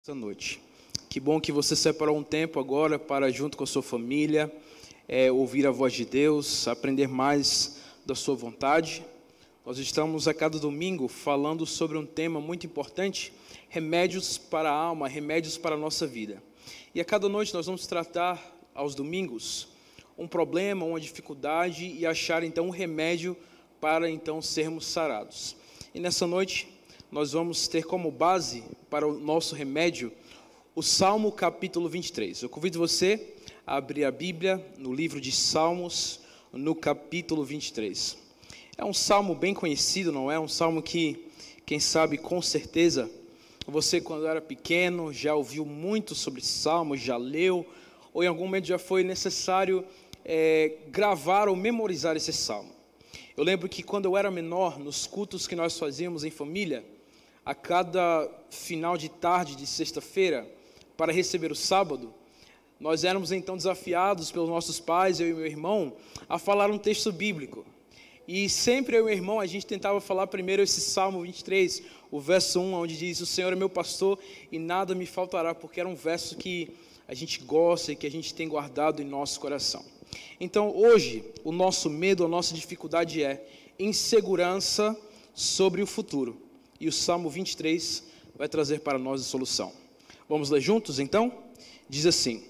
Essa noite. Que bom que você separou um tempo agora para, junto com a sua família, ouvir a voz de Deus, aprender mais da sua vontade. Nós estamos a cada domingo falando sobre um tema muito importante, remédios para a alma, remédios para a nossa vida. E a cada noite nós vamos tratar, aos domingos, um problema, uma dificuldade e achar então um remédio para então sermos sarados. E nessa noite nós vamos ter como base para o nosso remédio o Salmo capítulo 23. Eu convido você a abrir a Bíblia no livro de Salmos, no capítulo 23. É um salmo bem conhecido, não é? Um salmo que, quem sabe, com certeza, você quando era pequeno já ouviu muito sobre esse salmo, já leu, ou em algum momento já foi necessário gravar ou memorizar esse salmo. Eu lembro que quando eu era menor, nos cultos que nós fazíamos em família, a cada final de tarde de sexta-feira, para receber o sábado, nós éramos então desafiados pelos nossos pais, eu e meu irmão, a falar um texto bíblico. E sempre eu e meu irmão, a gente tentava falar primeiro esse Salmo 23, o verso 1, onde diz: o Senhor é meu pastor e nada me faltará, porque era um verso que a gente gosta e que a gente tem guardado em nosso coração. Então hoje, o nosso medo, a nossa dificuldade é insegurança sobre o futuro. E o Salmo 23 vai trazer para nós a solução. Vamos ler juntos, então? Diz assim: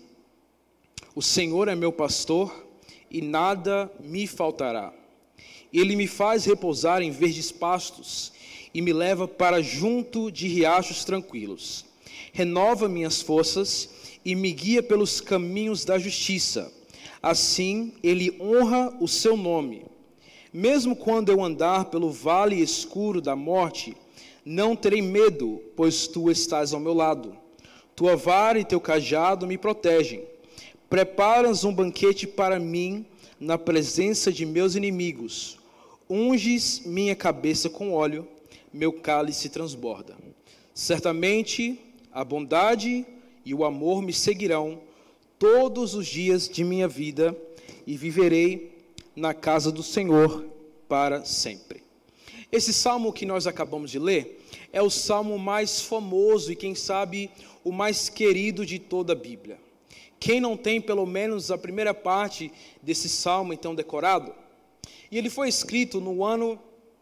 o Senhor é meu pastor e nada me faltará. Ele me faz repousar em verdes pastos e me leva para junto de riachos tranquilos. Renova minhas forças e me guia pelos caminhos da justiça. Assim, ele honra o seu nome. Mesmo quando eu andar pelo vale escuro da morte, não terei medo, pois tu estás ao meu lado. Tua vara e teu cajado me protegem. Preparas um banquete para mim na presença de meus inimigos. Unges minha cabeça com óleo, meu cálice transborda. Certamente a bondade e o amor me seguirão todos os dias de minha vida e viverei na casa do Senhor para sempre. Esse salmo que nós acabamos de ler é o salmo mais famoso e, quem sabe, o mais querido de toda a Bíblia. Quem não tem pelo menos a primeira parte desse salmo então decorado? E ele foi escrito no ano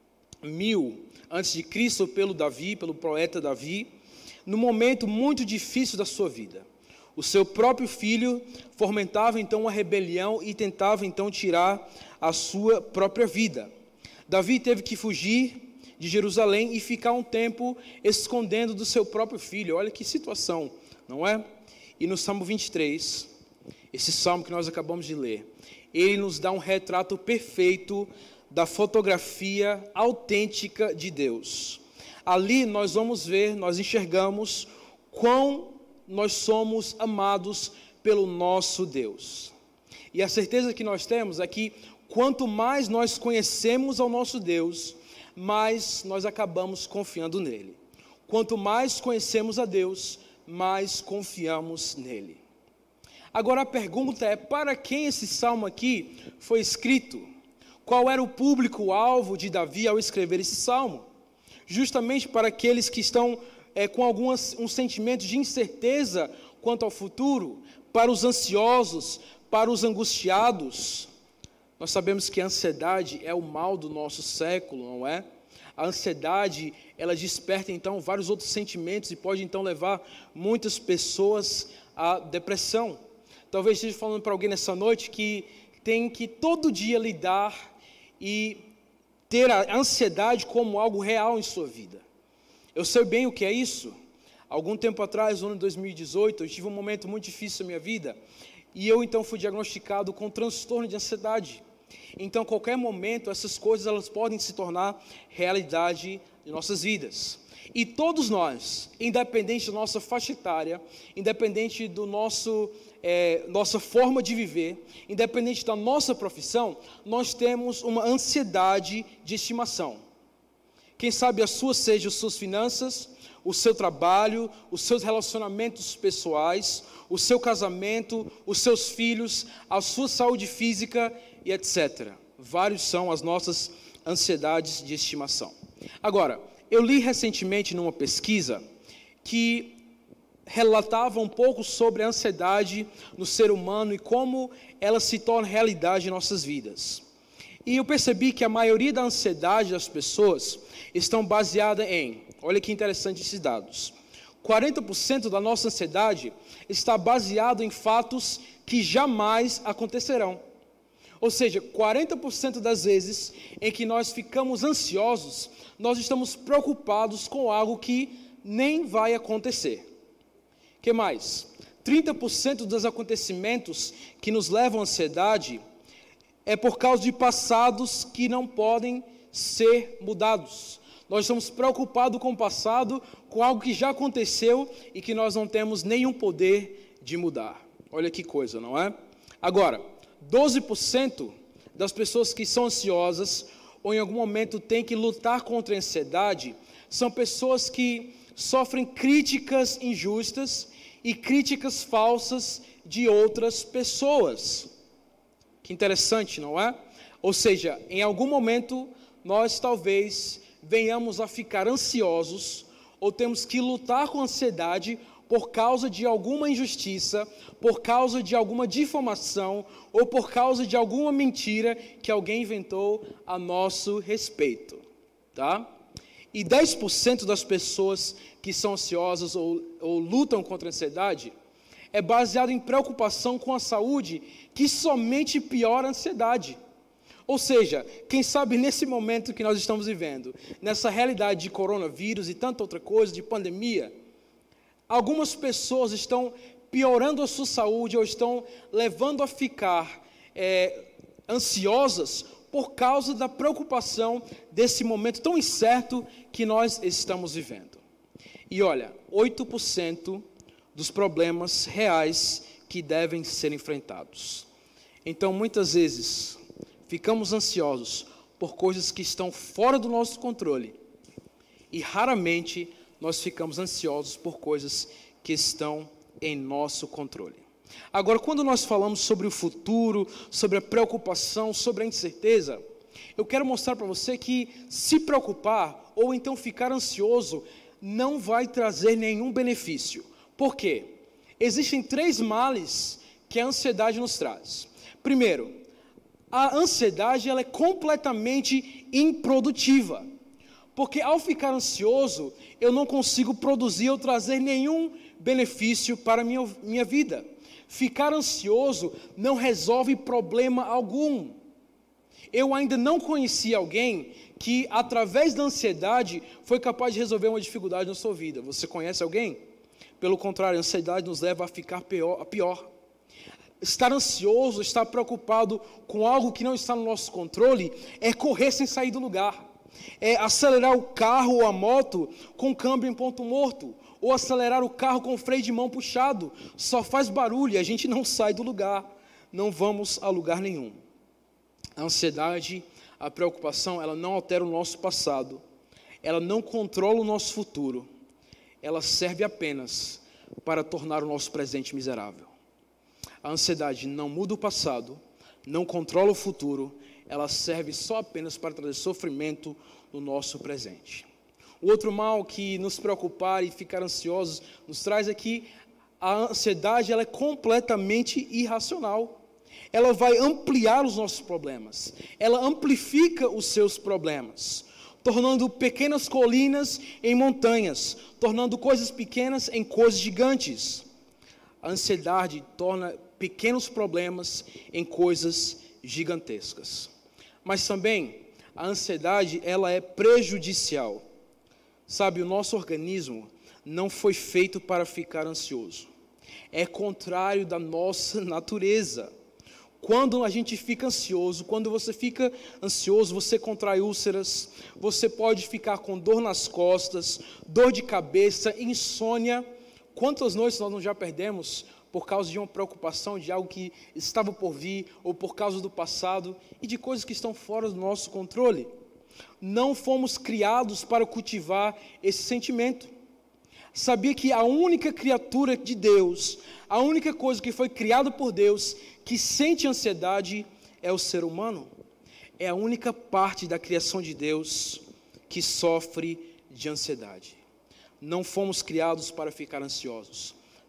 1000 a.C. pelo Davi, pelo poeta Davi, num momento muito difícil da sua vida. O seu próprio filho fomentava então uma rebelião e tentava então tirar a sua própria vida. Davi teve que fugir de Jerusalém e ficar um tempo escondendo do seu próprio filho. Olha que situação, não é? E no Salmo 23, esse salmo que nós acabamos de ler, ele nos dá um retrato perfeito da fotografia autêntica de Deus. Ali nós vamos ver, nós enxergamos quão nós somos amados pelo nosso Deus. E a certeza que nós temos é que quanto mais nós conhecemos ao nosso Deus, mais nós acabamos confiando nele. Quanto mais conhecemos a Deus, mais confiamos nele. Agora a pergunta é: para quem esse salmo aqui foi escrito? Qual era o público-alvo de Davi ao escrever esse salmo? Justamente para aqueles que estão com um sentimento de incerteza quanto ao futuro, para os ansiosos, para os angustiados. Nós sabemos que a ansiedade é o mal do nosso século, não é? A ansiedade, ela desperta então vários outros sentimentos e pode então levar muitas pessoas à depressão. Talvez esteja falando para alguém nessa noite que tem que todo dia lidar e ter a ansiedade como algo real em sua vida. Eu sei bem o que é isso. Algum tempo atrás, no ano de 2018, eu tive um momento muito difícil na minha vida e eu então fui diagnosticado com transtorno de ansiedade. Então, a qualquer momento, essas coisas elas podem se tornar realidade em nossas vidas. E todos nós, independente da nossa faixa etária, independente do nossa forma de viver, independente da nossa profissão, nós temos uma ansiedade de estimação. Quem sabe a sua seja as suas finanças, o seu trabalho, os seus relacionamentos pessoais, o seu casamento, os seus filhos, a sua saúde física e etc. Vários são as nossas ansiedades de estimação. Agora, eu li recentemente numa pesquisa que relatava um pouco sobre a ansiedade no ser humano e como ela se torna realidade em nossas vidas. E eu percebi que a maioria da ansiedade das pessoas estão baseada em, olha que interessante esses dados, 40% da nossa ansiedade está baseado em fatos que jamais acontecerão. Ou seja, 40% das vezes em que nós ficamos ansiosos, nós estamos preocupados com algo que nem vai acontecer. O que mais? 30% dos acontecimentos que nos levam à ansiedade é por causa de passados que não podem ser mudados. Nós estamos preocupados com o passado, com algo que já aconteceu e que nós não temos nenhum poder de mudar. Olha que coisa, não é? Agora, 12% das pessoas que são ansiosas ou em algum momento têm que lutar contra a ansiedade são pessoas que sofrem críticas injustas e críticas falsas de outras pessoas. Que interessante, não é? Ou seja, em algum momento nós talvez venhamos a ficar ansiosos ou temos que lutar com a ansiedade por causa de alguma injustiça, por causa de alguma difamação ou por causa de alguma mentira que alguém inventou a nosso respeito, tá? E 10% das pessoas que são ansiosas ou lutam contra a ansiedade é baseado em preocupação com a saúde que somente piora a ansiedade. Ou seja, quem sabe nesse momento que nós estamos vivendo, nessa realidade de coronavírus e tanta outra coisa, de pandemia, algumas pessoas estão piorando a sua saúde ou estão levando a ficar ansiosas por causa da preocupação desse momento tão incerto que nós estamos vivendo. E olha, 8% dos problemas reais que devem ser enfrentados. Então, muitas vezes, ficamos ansiosos por coisas que estão fora do nosso controle e raramente nós ficamos ansiosos por coisas que estão em nosso controle. Agora, quando nós falamos sobre o futuro, sobre a preocupação, sobre a incerteza, eu quero mostrar para você que se preocupar ou então ficar ansioso não vai trazer nenhum benefício. Por quê? Existem 3 males que a ansiedade nos traz. Primeiro, a ansiedade ela é completamente improdutiva. Porque ao ficar ansioso, eu não consigo produzir ou trazer nenhum benefício para a minha vida. Ficar ansioso não resolve problema algum. Eu ainda não conheci alguém que, através da ansiedade, foi capaz de resolver uma dificuldade na sua vida. Você conhece alguém? Pelo contrário, a ansiedade nos leva a ficar pior. Estar ansioso, estar preocupado com algo que não está no nosso controle, é correr sem sair do lugar. É acelerar o carro ou a moto com câmbio em ponto morto, ou acelerar o carro com freio de mão puxado, só faz barulho e a gente não sai do lugar, não vamos a lugar nenhum. A ansiedade, a preocupação, ela não altera o nosso passado, ela não controla o nosso futuro, ela serve apenas para tornar o nosso presente miserável. A ansiedade não muda o passado, não controla o futuro, ela serve só apenas para trazer sofrimento no nosso presente. O outro mal que nos preocupar e ficar ansiosos nos traz é que a ansiedade ela é completamente irracional. Ela vai ampliar os nossos problemas, ela amplifica os seus problemas, tornando pequenas colinas em montanhas, tornando coisas pequenas em coisas gigantes. A ansiedade torna pequenos problemas em coisas gigantescas. Mas também a ansiedade ela é prejudicial. Sabe, o nosso organismo não foi feito para ficar ansioso. É contrário da nossa natureza. Quando a gente fica ansioso, quando você fica ansioso, você contrai úlceras, você pode ficar com dor nas costas, dor de cabeça, insônia. Quantas noites nós não já perdemos por causa de uma preocupação de algo que estava por vir, ou por causa do passado, e de coisas que estão fora do nosso controle. Não fomos criados para cultivar esse sentimento. Sabia que a única criatura de Deus, a única coisa que foi criada por Deus, que sente ansiedade, é o ser humano? É a única parte da criação de Deus que sofre de ansiedade. Não fomos criados para ficar ansiosos.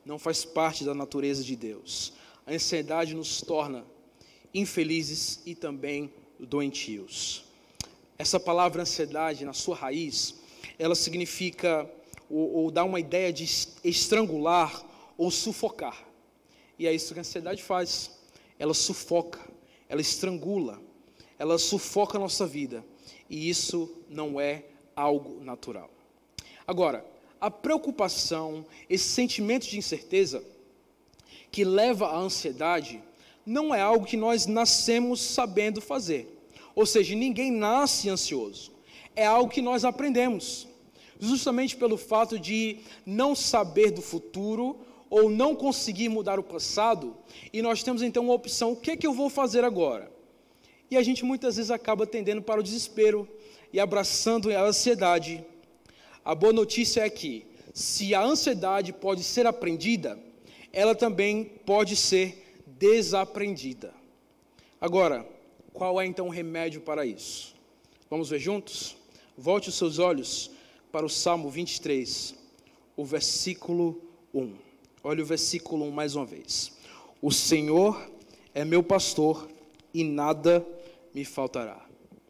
não faz parte da natureza de Deus. A ansiedade nos torna infelizes e também doentios. Essa palavra ansiedade, na sua raiz, ela significa ou dá uma ideia de estrangular ou sufocar. E é isso que a ansiedade faz. Ela sufoca, ela estrangula, ela sufoca a nossa vida. E isso não é algo natural. Agora, a preocupação, esse sentimento de incerteza que leva à ansiedade, não é algo que nós nascemos sabendo fazer. Ou seja, ninguém nasce ansioso. É algo que nós aprendemos. Justamente pelo fato de não saber do futuro ou não conseguir mudar o passado, e nós temos então uma opção: o que é que eu vou fazer agora? E a gente muitas vezes acaba tendendo para o desespero e abraçando a ansiedade. A boa notícia é que, se a ansiedade pode ser aprendida, ela também pode ser desaprendida. Agora, qual é então o remédio para isso? Vamos ver juntos? Volte os seus olhos para o Salmo 23, o versículo 1. Olha o versículo 1 mais uma vez. O Senhor é meu pastor e nada me faltará.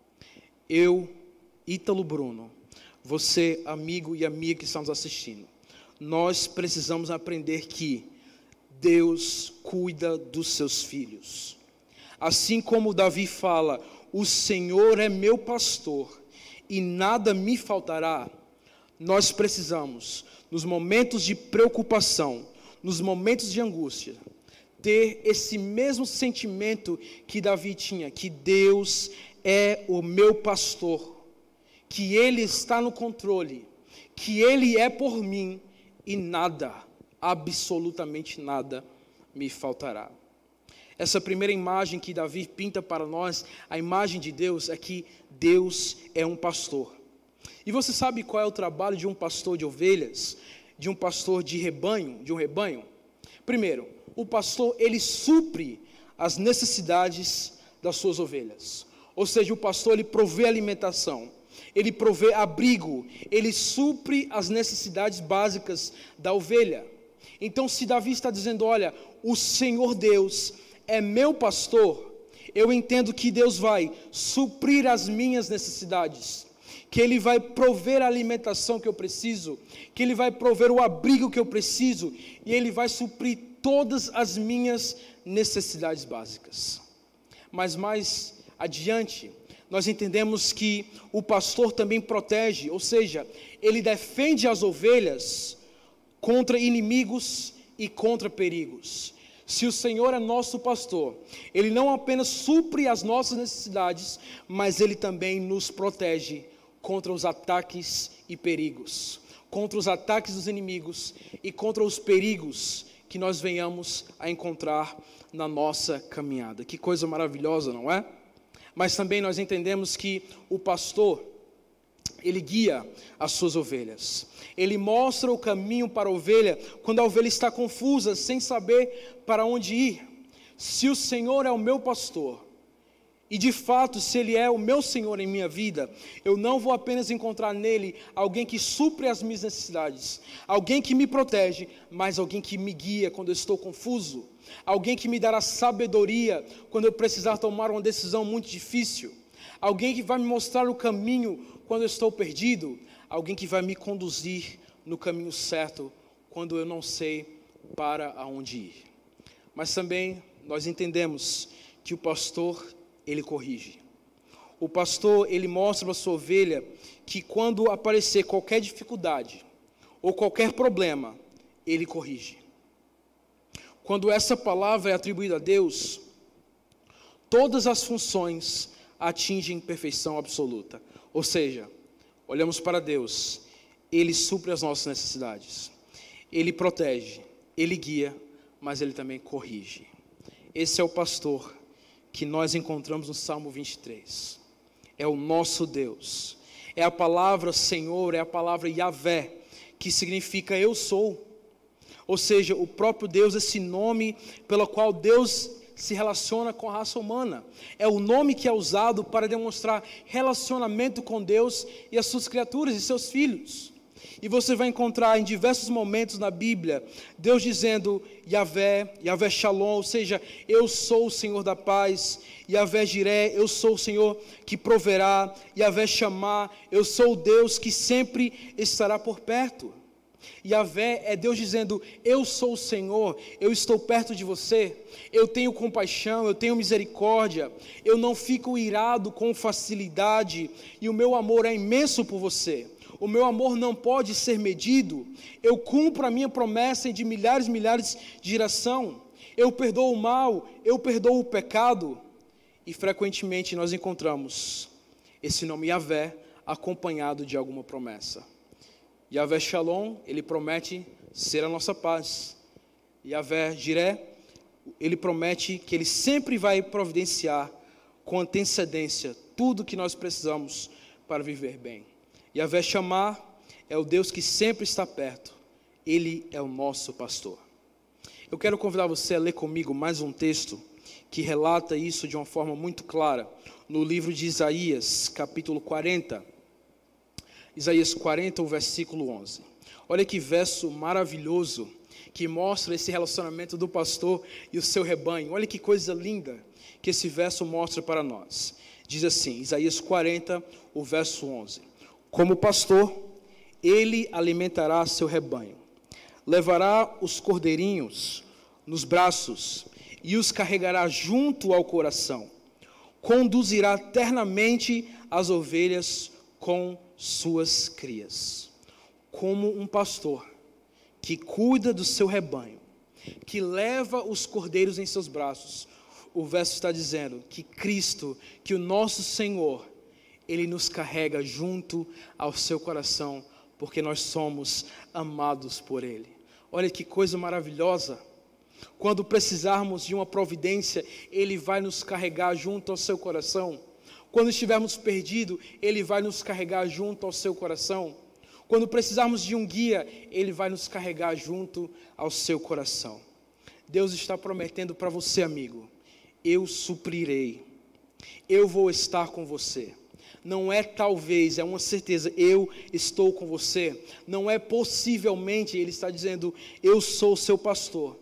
Eu, Ítalo Bruno, você, amigo e amiga que está nos assistindo, nós precisamos aprender que Deus cuida dos seus filhos. Assim como Davi fala, o Senhor é meu pastor e nada me faltará, nós precisamos, nos momentos de preocupação, nos momentos de angústia, ter esse mesmo sentimento que Davi tinha, que Deus é o meu pastor, que Ele está no controle, que Ele é por mim e nada, absolutamente nada, me faltará. Essa primeira imagem que Davi pinta para nós, a imagem de Deus, é que Deus é um pastor. E você sabe qual é o trabalho de um pastor de ovelhas, de um pastor de rebanho, de um rebanho? Primeiro, o pastor, ele supre as necessidades das suas ovelhas. Ou seja, o pastor, ele provê alimentação, ele provê abrigo, ele supre as necessidades básicas da ovelha. Então, se Davi está dizendo, olha, o Senhor Deus é meu pastor, eu entendo que Deus vai suprir as minhas necessidades, que Ele vai prover a alimentação que eu preciso, que Ele vai prover o abrigo que eu preciso, e Ele vai suprir todas as minhas necessidades básicas. Mas mais adiante, nós entendemos que o pastor também protege, ou seja, ele defende as ovelhas contra inimigos e contra perigos. Se o Senhor é nosso pastor, Ele não apenas supre as nossas necessidades, mas Ele também nos protege contra os ataques e perigos, contra os ataques dos inimigos e contra os perigos que nós venhamos a encontrar na nossa caminhada. Que coisa maravilhosa, não é? Mas também nós entendemos que o pastor, ele guia as suas ovelhas. Ele mostra o caminho para a ovelha quando a ovelha está confusa, sem saber para onde ir. Se o Senhor é o meu pastor, e de fato, se Ele é o meu Senhor em minha vida, eu não vou apenas encontrar nele alguém que supre as minhas necessidades, alguém que me protege, mas alguém que me guia quando eu estou confuso, alguém que me dará sabedoria quando eu precisar tomar uma decisão muito difícil, alguém que vai me mostrar o caminho quando eu estou perdido, alguém que vai me conduzir no caminho certo quando eu não sei para onde ir. Mas também nós entendemos que o pastor, ele corrige. O pastor, ele mostra para a sua ovelha que quando aparecer qualquer dificuldade ou qualquer problema, ele corrige. Quando essa palavra é atribuída a Deus, todas as funções atingem perfeição absoluta. Ou seja, olhamos para Deus, Ele supre as nossas necessidades, Ele protege, Ele guia, mas Ele também corrige. Esse é o pastor que nós encontramos no Salmo 23. É o nosso Deus. É a palavra Senhor, é a palavra Yahvé, que significa eu sou. Ou seja, o próprio Deus, esse nome pelo qual Deus se relaciona com a raça humana. É o nome que é usado para demonstrar relacionamento com Deus e as suas criaturas e seus filhos. E você vai encontrar em diversos momentos na Bíblia, Deus dizendo Yahvé, Yahvé Shalom, ou seja, eu sou o Senhor da paz. Yahvé Jiré, eu sou o Senhor que proverá. Yahvé Shammah, eu sou o Deus que sempre estará por perto. Yahvé é Deus dizendo, eu sou o Senhor, eu estou perto de você, eu tenho compaixão, eu tenho misericórdia, eu não fico irado com facilidade, e o meu amor é imenso por você. O meu amor não pode ser medido, eu cumpro a minha promessa de milhares e milhares de geração, eu perdoo o mal, eu perdoo o pecado. E frequentemente nós encontramos esse nome Yahvé acompanhado de alguma promessa. Yahvé Shalom, ele promete ser a nossa paz. Yahvé Jiré, ele promete que ele sempre vai providenciar com antecedência tudo que nós precisamos para viver bem. Yahvé Shammah é o Deus que sempre está perto. Ele é o nosso pastor. Eu quero convidar você a ler comigo mais um texto que relata isso de uma forma muito clara, no livro de Isaías, capítulo 40. Isaías 40, o versículo 11. Olha que verso maravilhoso, que mostra esse relacionamento do pastor e o seu rebanho. Olha que coisa linda que esse verso mostra para nós. Diz assim, Isaías 40, o verso 11. Como pastor, ele alimentará seu rebanho, levará os cordeirinhos nos braços e os carregará junto ao coração, conduzirá ternamente as ovelhas com suas crias. Como um pastor que cuida do seu rebanho, que leva os cordeiros em seus braços, o verso está dizendo que Cristo, que o nosso Senhor, Ele nos carrega junto ao seu coração, porque nós somos amados por Ele. Olha que coisa maravilhosa. Quando precisarmos de uma providência, Ele vai nos carregar junto ao seu coração. Quando estivermos perdidos, Ele vai nos carregar junto ao seu coração. Quando precisarmos de um guia, Ele vai nos carregar junto ao seu coração. Deus está prometendo para você, amigo, eu suprirei, eu vou estar com você. Não é talvez, é uma certeza, eu estou com você. Não é possivelmente, Ele está dizendo, eu sou o seu pastor.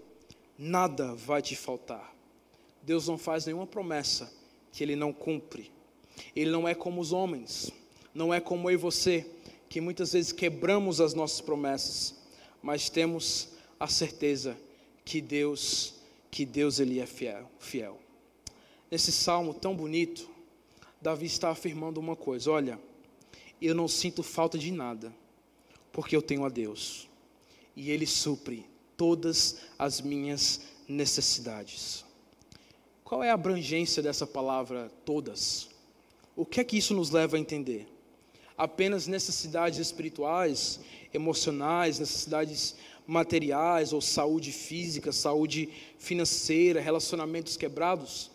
Nada vai te faltar. Deus não faz nenhuma promessa que Ele não cumpre. Ele não é como os homens, não é como eu e você, que muitas vezes quebramos as nossas promessas, mas temos a certeza que Deus Ele é fiel. Nesse salmo tão bonito, Davi está afirmando uma coisa, olha, eu não sinto falta de nada, porque eu tenho a Deus, e Ele supre todas as minhas necessidades. Qual é a abrangência dessa palavra, todas? O que é que isso nos leva a entender? Apenas necessidades espirituais, emocionais, necessidades materiais, ou saúde física, saúde financeira, relacionamentos quebrados?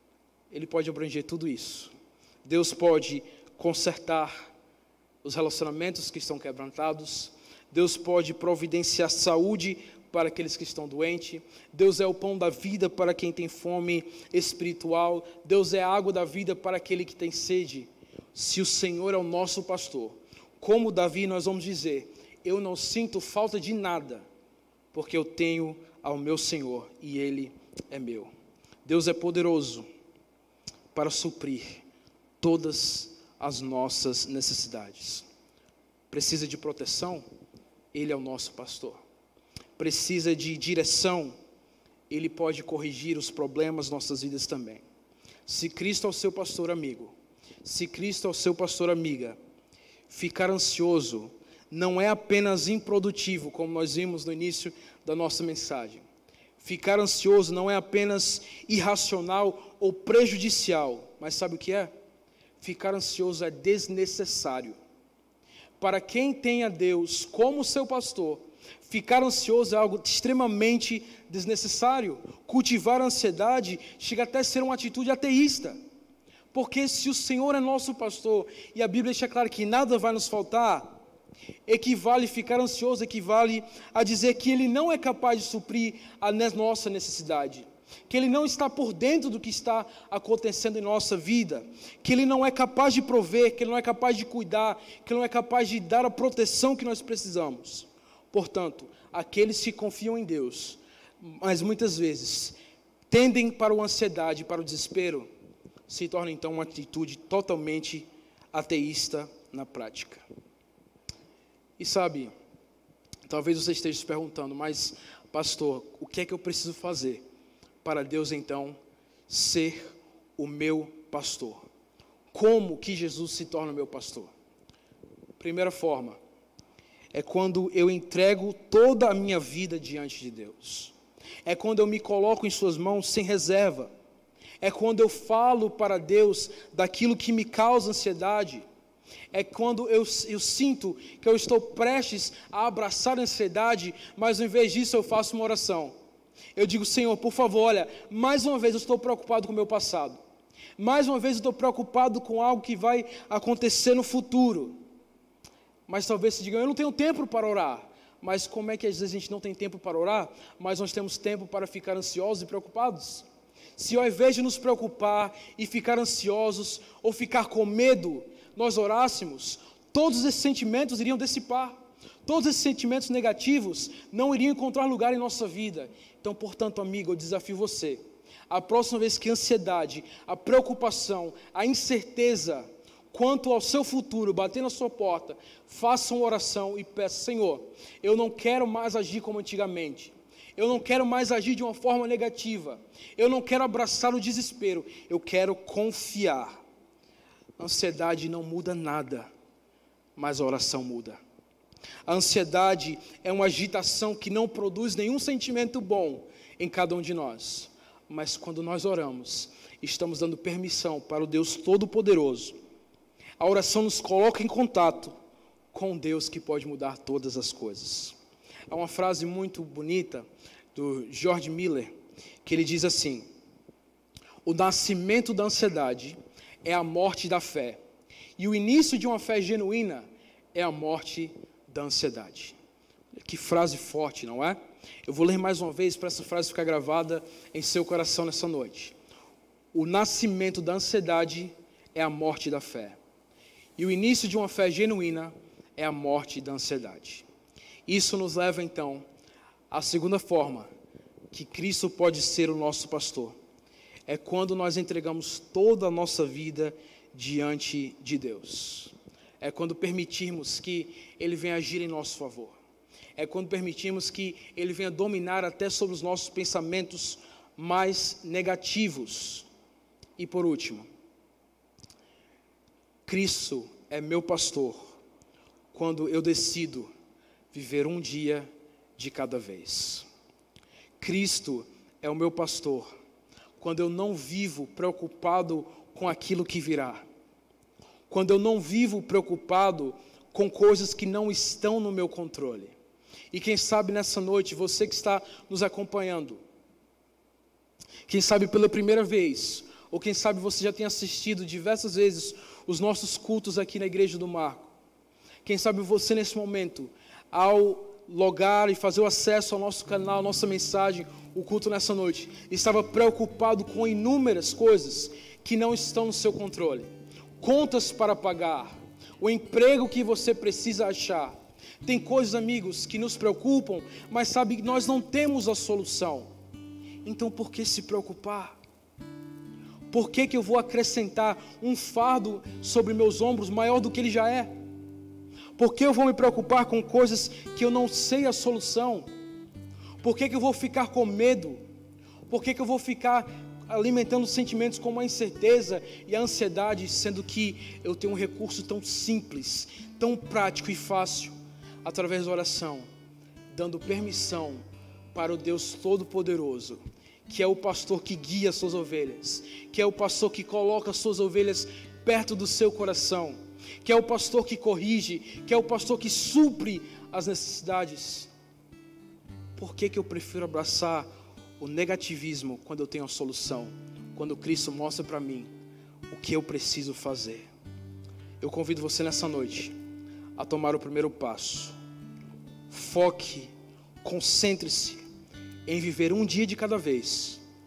Ele pode abranger tudo isso. Deus pode consertar os relacionamentos que estão quebrantados. Deus pode providenciar saúde para aqueles que estão doentes. Deus é o pão da vida para quem tem fome espiritual. Deus é a água da vida para aquele que tem sede. Se o Senhor é o nosso pastor, como Davi, nós vamos dizer, eu não sinto falta de nada, porque eu tenho ao meu Senhor e Ele é meu. Deus é poderoso para suprir todas as nossas necessidades. Precisa de proteção? Ele é o nosso pastor. Precisa de direção? Ele pode corrigir os problemas das nossas vidas também. Se Cristo é o seu pastor amigo, se Cristo é o seu pastor amiga, ficar ansioso não é apenas improdutivo, como nós vimos no início da nossa mensagem. Ficar ansioso não é apenas irracional ou prejudicial, mas sabe o que é? Ficar ansioso é desnecessário. Para quem tem a Deus como seu pastor, ficar ansioso é algo extremamente desnecessário. Cultivar a ansiedade chega até a ser uma atitude ateísta. Porque se o Senhor é nosso pastor, e a Bíblia deixa claro que nada vai nos faltar, ficar ansioso equivale a dizer que Ele não é capaz de suprir a nossa necessidade. que Ele não está por dentro do que está acontecendo em nossa vida, que Ele não é capaz de prover, que Ele não é capaz de cuidar, que Ele não é capaz de dar a proteção que nós precisamos. Portanto, aqueles que confiam em Deus, mas muitas vezes tendem para a ansiedade, para o desespero, se torna então uma atitude totalmente ateísta na prática. E sabe, talvez você esteja se perguntando, mas pastor, o que é que eu preciso fazer para Deus então ser o meu pastor? Como que Jesus se torna o meu pastor? Primeira forma, é quando eu entrego toda a minha vida diante de Deus. É quando eu me coloco em suas mãos sem reserva. É quando eu falo para Deus daquilo que me causa ansiedade. É quando eu sinto que eu estou prestes a abraçar a ansiedade, mas ao invés disso eu faço uma oração. Eu digo, Senhor, por favor, olha, mais uma vez eu estou preocupado com o meu passado. Mais uma vez eu estou preocupado com algo que vai acontecer no futuro. Mas talvez você diga, eu não tenho tempo para orar. Mas como é que às vezes a gente não tem tempo para orar, mas nós temos tempo para ficar ansiosos e preocupados? Se ao invés de nos preocupar e ficar ansiosos ou ficar com medo, nós orássemos, todos esses sentimentos iriam dissipar. Todos esses sentimentos negativos não iriam encontrar lugar em nossa vida. Então, portanto, amigo, eu desafio você. A próxima vez que a ansiedade, a preocupação, a incerteza quanto ao seu futuro bater na sua porta, faça uma oração e peça, Senhor, eu não quero mais agir como antigamente. Eu não quero mais agir de uma forma negativa. Eu não quero abraçar o desespero. Eu quero confiar. A ansiedade não muda nada, mas a oração muda. A ansiedade é uma agitação que não produz nenhum sentimento bom em cada um de nós. Mas quando nós oramos, estamos dando permissão para o Deus Todo-Poderoso. A oração nos coloca em contato com Deus que pode mudar todas as coisas. Há uma frase muito bonita do George Miller, que ele diz assim: o nascimento da ansiedade é a morte da fé, e o início de uma fé genuína é a morte da ansiedade. Que frase forte, não é? Eu vou ler mais uma vez para essa frase ficar gravada em seu coração nessa noite. O nascimento da ansiedade é a morte da fé, e o início de uma fé genuína é a morte da ansiedade. Isso nos leva então à segunda forma que Cristo pode ser o nosso pastor. É quando nós entregamos toda a nossa vida diante de Deus. É quando permitirmos que Ele venha agir em nosso favor. É quando permitirmos que Ele venha dominar até sobre os nossos pensamentos mais negativos. E por último, Cristo é meu pastor quando eu decido viver um dia de cada vez. Cristo é o meu pastor quando eu não vivo preocupado com aquilo que virá. Quando eu não vivo preocupado com coisas que não estão no meu controle. E quem sabe nessa noite, você que está nos acompanhando, quem sabe pela primeira vez, ou quem sabe você já tem assistido diversas vezes os nossos cultos aqui na Igreja do Marco. Quem sabe você nesse momento, ao logar e fazer o acesso ao nosso canal, nossa mensagem, o culto nessa noite, estava preocupado com inúmeras coisas que não estão no seu controle. Contas para pagar, o emprego que você precisa achar. Tem coisas, amigos, que nos preocupam, mas sabe que nós não temos a solução. Então por que se preocupar? Por que eu vou acrescentar um fardo sobre meus ombros maior do que ele já é? Por que eu vou me preocupar com coisas que eu não sei a solução? Por que eu vou ficar com medo? Por que eu vou ficar alimentando sentimentos como a incerteza e a ansiedade, sendo que eu tenho um recurso tão simples, tão prático e fácil, através da oração, dando permissão para o Deus Todo-Poderoso, que é o pastor que guia as suas ovelhas, que é o pastor que coloca as suas ovelhas perto do seu coração, que é o pastor que corrige, que é o pastor que supre as necessidades. Por que eu prefiro abraçar o negativismo quando eu tenho a solução? Quando Cristo mostra para mim o que eu preciso fazer. Eu convido você nessa noite a tomar o primeiro passo. Foque, concentre-se em viver um dia de cada vez,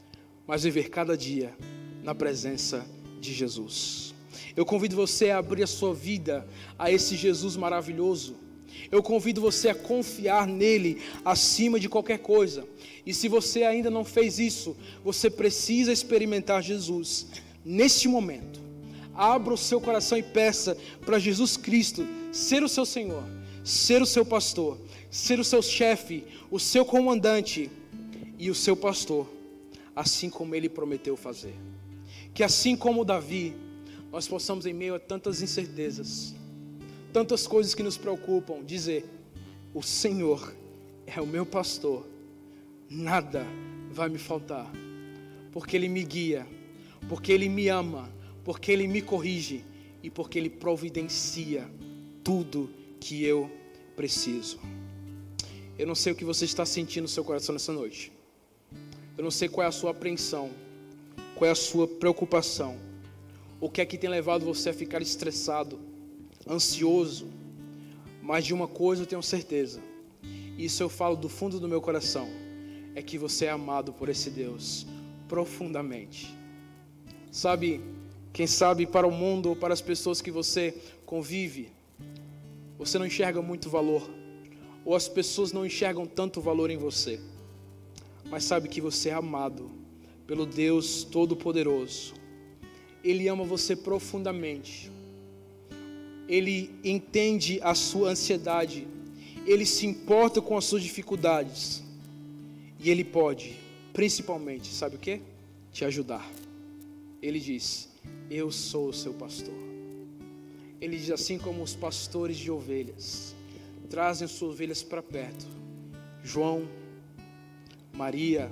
mas viver cada dia na presença de Jesus. Eu convido você a abrir a sua vida a esse Jesus maravilhoso. Eu convido você a confiar nele acima de qualquer coisa. E se você ainda não fez isso, você precisa experimentar Jesus neste momento. Abra o seu coração e peça para Jesus Cristo ser o seu Senhor, ser o seu pastor, ser o seu chefe, o seu comandante e o seu pastor, assim como ele prometeu fazer. Que assim como Davi, nós possamos, em meio a tantas incertezas, tantas coisas que nos preocupam, dizer: o Senhor é o meu pastor, nada vai me faltar, porque Ele me guia, porque Ele me ama, porque Ele me corrige e porque Ele providencia tudo que eu preciso. Eu não sei o que você está sentindo no seu coração nessa noite. Eu não sei qual é a sua apreensão, qual é a sua preocupação, o que é que tem levado você a ficar estressado, ansioso. Mas de uma coisa eu tenho certeza, isso eu falo do fundo do meu coração, é que você é amado por esse Deus profundamente. Sabe, quem sabe para o mundo ou para as pessoas que você convive, você não enxerga muito valor, ou as pessoas não enxergam tanto valor em você, mas sabe que você é amado pelo Deus Todo-Poderoso. Ele ama você profundamente, Ele entende a sua ansiedade, Ele se importa com as suas dificuldades, e Ele pode, principalmente, sabe o que? Te ajudar. Ele diz: eu sou o seu pastor. Ele diz: assim como os pastores de ovelhas trazem as suas ovelhas para perto, João, Maria,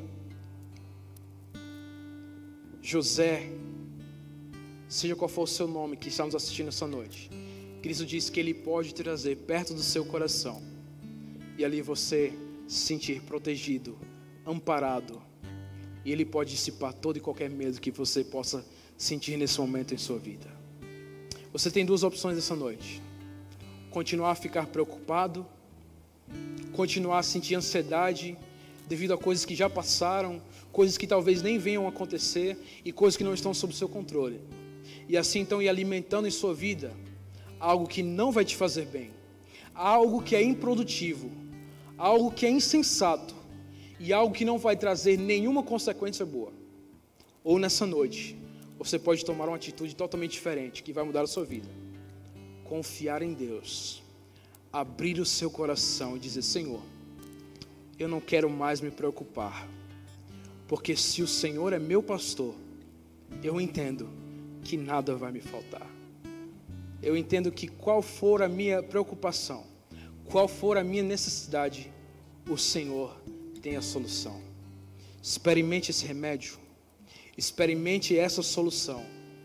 José, seja qual for o seu nome que está nos assistindo essa noite, Cristo diz que Ele pode trazer perto do seu coração, e ali você se sentir protegido, amparado, e Ele pode dissipar todo e qualquer medo que você possa sentir nesse momento em sua vida. Você tem duas opções essa noite: continuar a ficar preocupado, continuar a sentir ansiedade devido a coisas que já passaram, coisas que talvez nem venham a acontecer e coisas que não estão sob o seu controle, e assim então ir alimentando em sua vida algo que não vai te fazer bem, algo que é improdutivo, algo que é insensato e algo que não vai trazer nenhuma consequência boa. Ou nessa noite você pode tomar uma atitude totalmente diferente que vai mudar a sua vida: confiar em Deus, abrir o seu coração e dizer: Senhor, eu não quero mais me preocupar, porque se o Senhor é meu pastor, eu entendo que nada vai me faltar. Eu entendo que qual for a minha preocupação, qual for a minha necessidade, o Senhor tem a solução. Experimente esse remédio, experimente essa solução,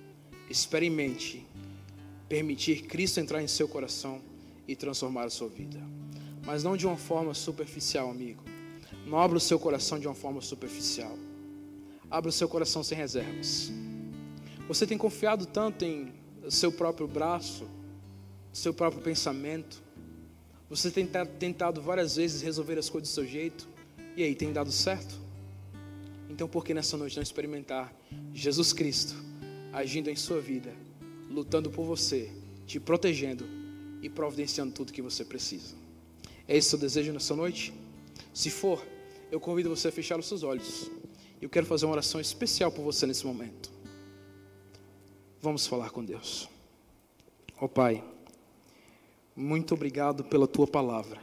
experimente permitir Cristo entrar em seu coração e transformar a sua vida. Mas não de uma forma superficial, amigo. Não abra o seu coração de uma forma superficial. Abra o seu coração sem reservas. Você tem confiado tanto em seu próprio braço, seu próprio pensamento. Você tem tentado várias vezes resolver as coisas do seu jeito. E aí, tem dado certo? Então por que nessa noite não experimentar Jesus Cristo agindo em sua vida, lutando por você, te protegendo e providenciando tudo que você precisa? É esse o seu desejo nessa noite? Se for, eu convido você a fechar os seus olhos. Eu quero fazer uma oração especial por você nesse momento. Vamos falar com Deus. Ó Pai, muito obrigado pela Tua palavra.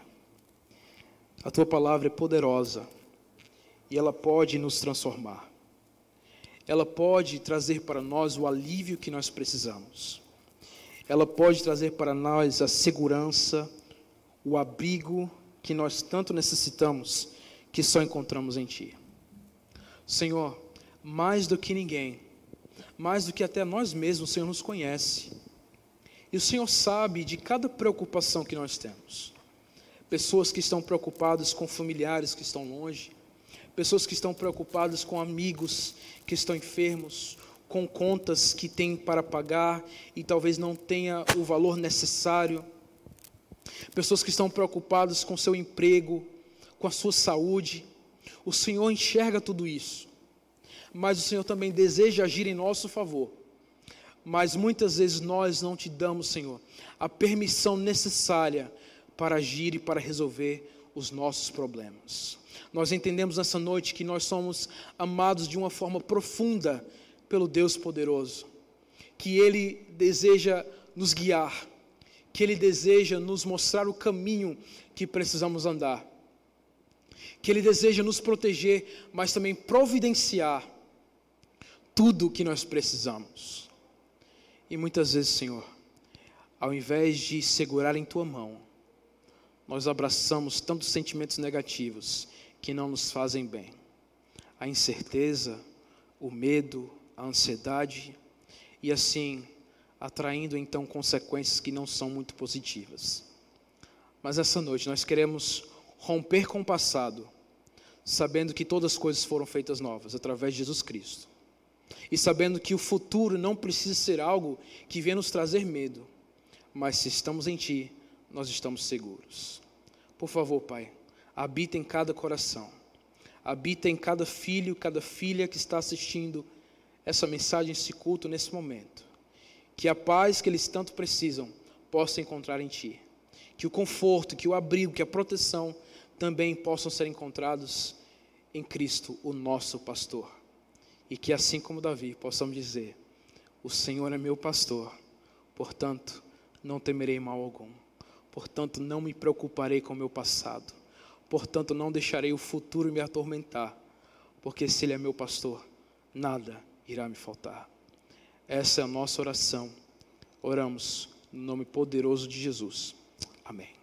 A Tua palavra é poderosa e ela pode nos transformar. Ela pode trazer para nós o alívio que nós precisamos. Ela pode trazer para nós a segurança, o abrigo que nós tanto necessitamos, que só encontramos em Ti. Senhor, mais do que ninguém, mais do que até nós mesmos, o Senhor nos conhece. E o Senhor sabe de cada preocupação que nós temos. Pessoas que estão preocupadas com familiares que estão longe, pessoas que estão preocupadas com amigos que estão enfermos, com contas que têm para pagar e talvez não tenha o valor necessário. Pessoas que estão preocupadas com seu emprego, com a sua saúde. O Senhor enxerga tudo isso. mas o Senhor também deseja agir em nosso favor. Mas muitas vezes nós não te damos, Senhor, a permissão necessária para agir e para resolver os nossos problemas. Nós entendemos nessa noite que nós somos amados de uma forma profunda pelo Deus poderoso, que Ele deseja nos guiar, que Ele deseja nos mostrar o caminho que precisamos andar, que Ele deseja nos proteger, mas também providenciar tudo o que nós precisamos. E muitas vezes, Senhor, ao invés de segurar em Tua mão, nós abraçamos tantos sentimentos negativos que não nos fazem bem. A incerteza, o medo, a ansiedade, e assim atraindo então consequências que não são muito positivas. Mas essa noite nós queremos romper com o passado, sabendo que todas as coisas foram feitas novas através de Jesus Cristo. E sabendo que o futuro não precisa ser algo que venha nos trazer medo, mas se estamos em Ti, nós estamos seguros. Por favor, Pai, habita em cada coração, habita em cada filho, cada filha que está assistindo essa mensagem, esse culto nesse momento. Que a paz que eles tanto precisam possa encontrar em Ti. Que o conforto, que o abrigo, que a proteção também possam ser encontrados em Cristo, o nosso pastor. E que assim como Davi possamos dizer: o Senhor é meu pastor, portanto não temerei mal algum, portanto não me preocuparei com o meu passado, portanto não deixarei o futuro me atormentar, porque se Ele é meu pastor, nada irá me faltar. Essa é a nossa oração. Oramos no nome poderoso de Jesus. Amém.